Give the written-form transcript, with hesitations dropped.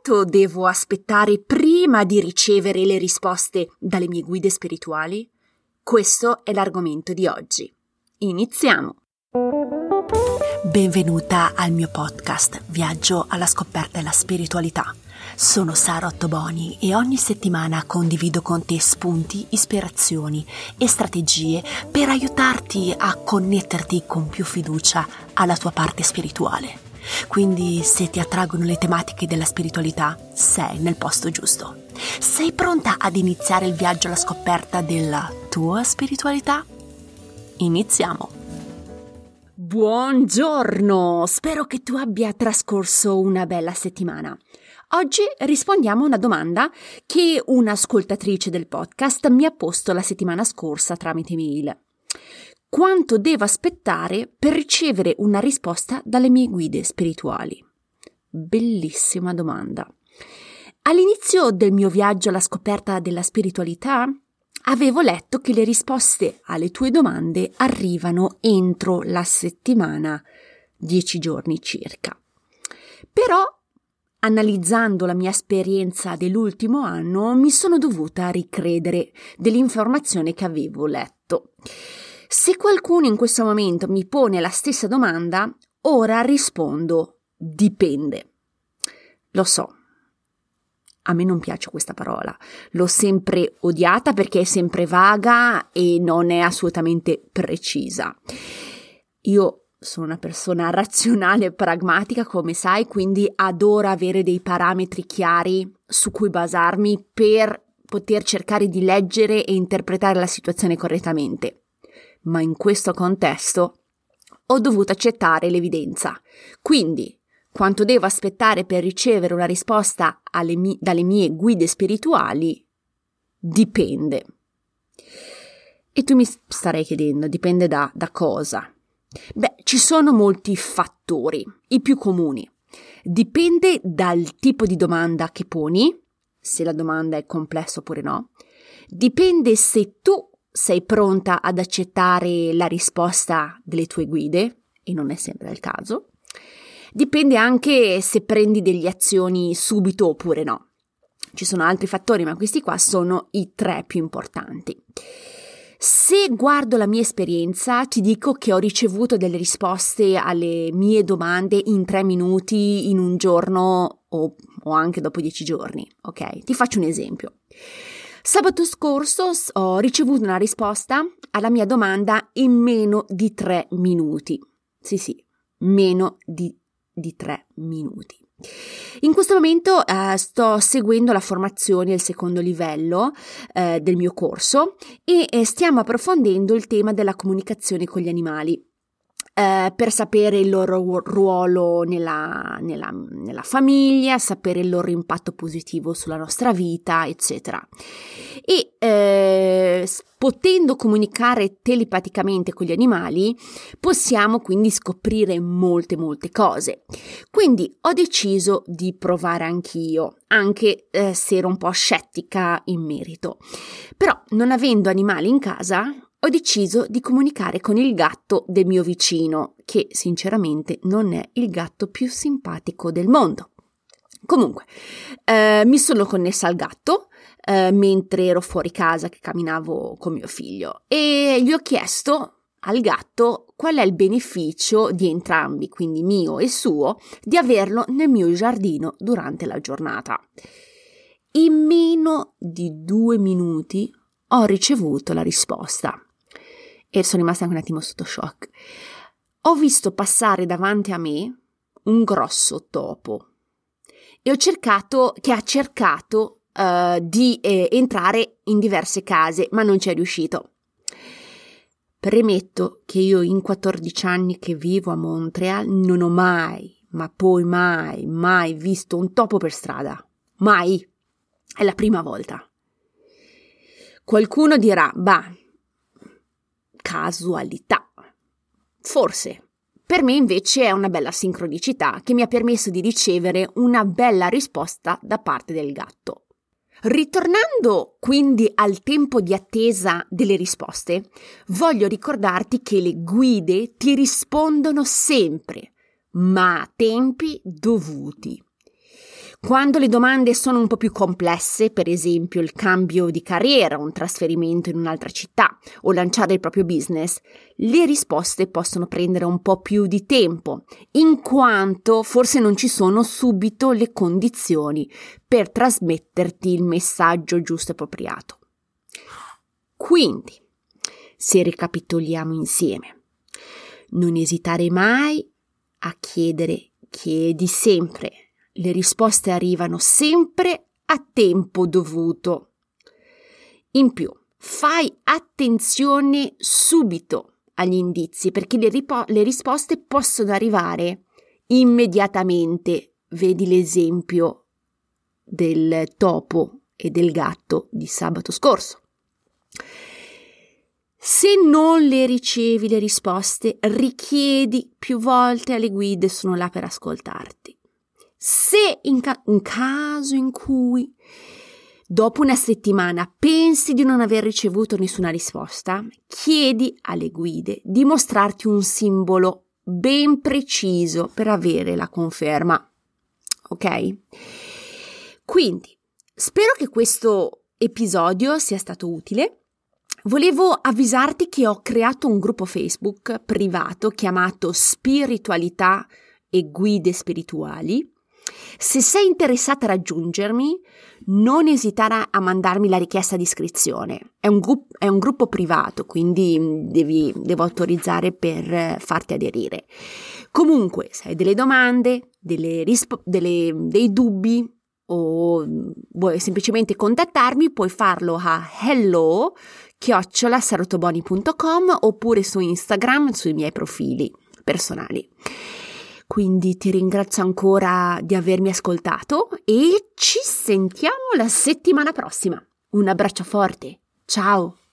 Quanto devo aspettare prima di ricevere le risposte dalle mie guide spirituali? Questo è l'argomento di oggi. Iniziamo! Benvenuta al mio podcast Viaggio alla scoperta della spiritualità. Sono Sara Ottoboni e ogni settimana condivido con te spunti, ispirazioni e strategie per aiutarti a connetterti con più fiducia alla tua parte spirituale. Quindi se ti attraggono le tematiche della spiritualità, sei nel posto giusto. Sei pronta ad iniziare il viaggio alla scoperta della tua spiritualità? Iniziamo! Buongiorno! Spero che tu abbia trascorso una bella settimana. Oggi rispondiamo a una domanda che un'ascoltatrice del podcast mi ha posto la settimana scorsa tramite mail. Quanto devo aspettare per ricevere una risposta dalle mie guide spirituali? Bellissima domanda. All'inizio del mio viaggio alla scoperta della spiritualità, avevo letto che le risposte alle tue domande arrivano entro la settimana, 10 giorni circa. Però, analizzando la mia esperienza dell'ultimo anno, mi sono dovuta ricredere dell'informazione che avevo letto. Se qualcuno in questo momento mi pone la stessa domanda, ora rispondo dipende. Lo so, a me non piace questa parola, l'ho sempre odiata perché è sempre vaga e non è assolutamente precisa. Io sono una persona razionale e pragmatica, come sai, quindi adoro avere dei parametri chiari su cui basarmi per poter cercare di leggere e interpretare la situazione correttamente. Ma in questo contesto ho dovuto accettare l'evidenza. Quindi, quanto devo aspettare per ricevere una risposta dalle mie guide spirituali? Dipende. E tu mi starei chiedendo, dipende da cosa? Beh, ci sono molti fattori, i più comuni. Dipende dal tipo di domanda che poni, se la domanda è complessa oppure no. Dipende se tu sei pronta ad accettare la risposta delle tue guide, e non è sempre il caso. Dipende anche se prendi delle azioni subito oppure no. Ci sono altri fattori, ma questi qua sono i 3 più importanti. Se guardo la mia esperienza, ti dico che ho ricevuto delle risposte alle mie domande in 3 minuti, in un giorno o anche dopo 10 giorni. Ok? Ti faccio un esempio. Sabato scorso ho ricevuto una risposta alla mia domanda in meno di 3 minuti. Sì, meno di 3 minuti. In questo momento sto seguendo la formazione al secondo livello del mio corso e stiamo approfondendo il tema della comunicazione con gli animali. Per sapere il loro ruolo nella famiglia, sapere il loro impatto positivo sulla nostra vita, eccetera. E potendo comunicare telepaticamente con gli animali, possiamo quindi scoprire molte cose. Quindi ho deciso di provare anch'io, anche se ero un po' scettica in merito. Però, non avendo animali in casa, ho deciso di comunicare con il gatto del mio vicino, che sinceramente non è il gatto più simpatico del mondo. Comunque, mi sono connessa al gatto mentre ero fuori casa che camminavo con mio figlio e gli ho chiesto al gatto qual è il beneficio di entrambi, quindi mio e suo, di averlo nel mio giardino durante la giornata. In meno di 2 minuti ho ricevuto la risposta. E sono rimasta anche un attimo sotto shock. Ho visto passare davanti a me un grosso topo e ha cercato di entrare in diverse case, ma non ci è riuscito. Premetto che io in 14 anni che vivo a Montreal non ho mai, ma poi mai visto un topo per strada. Mai. È la prima volta. Qualcuno dirà, casualità. Forse. Per me invece è una bella sincronicità che mi ha permesso di ricevere una bella risposta da parte del gatto. Ritornando quindi al tempo di attesa delle risposte, voglio ricordarti che le guide ti rispondono sempre, ma a tempi dovuti. Quando le domande sono un po' più complesse, per esempio il cambio di carriera, un trasferimento in un'altra città o lanciare il proprio business, le risposte possono prendere un po' più di tempo, in quanto forse non ci sono subito le condizioni per trasmetterti il messaggio giusto e appropriato. Quindi, se ricapitoliamo insieme, non esitare mai a chiedi sempre. Le risposte arrivano sempre a tempo dovuto. In più, fai attenzione subito agli indizi, perché le risposte possono arrivare immediatamente. Vedi l'esempio del topo e del gatto di sabato scorso. Se non le ricevi le risposte, richiedi più volte alle guide, sono là per ascoltarti. Se in caso in cui dopo una settimana pensi di non aver ricevuto nessuna risposta, chiedi alle guide di mostrarti un simbolo ben preciso per avere la conferma. Ok? Quindi, spero che questo episodio sia stato utile. Volevo avvisarti che ho creato un gruppo Facebook privato chiamato Spiritualità e Guide Spirituali. Se sei interessata a raggiungermi, non esitare a mandarmi la richiesta di iscrizione. È un gruppo privato, quindi devo autorizzare per farti aderire. Comunque, se hai delle domande, dei dubbi o vuoi semplicemente contattarmi, puoi farlo a hello@sarotoboni.com oppure su Instagram, sui miei profili personali. Quindi ti ringrazio ancora di avermi ascoltato e ci sentiamo la settimana prossima. Un abbraccio forte. Ciao!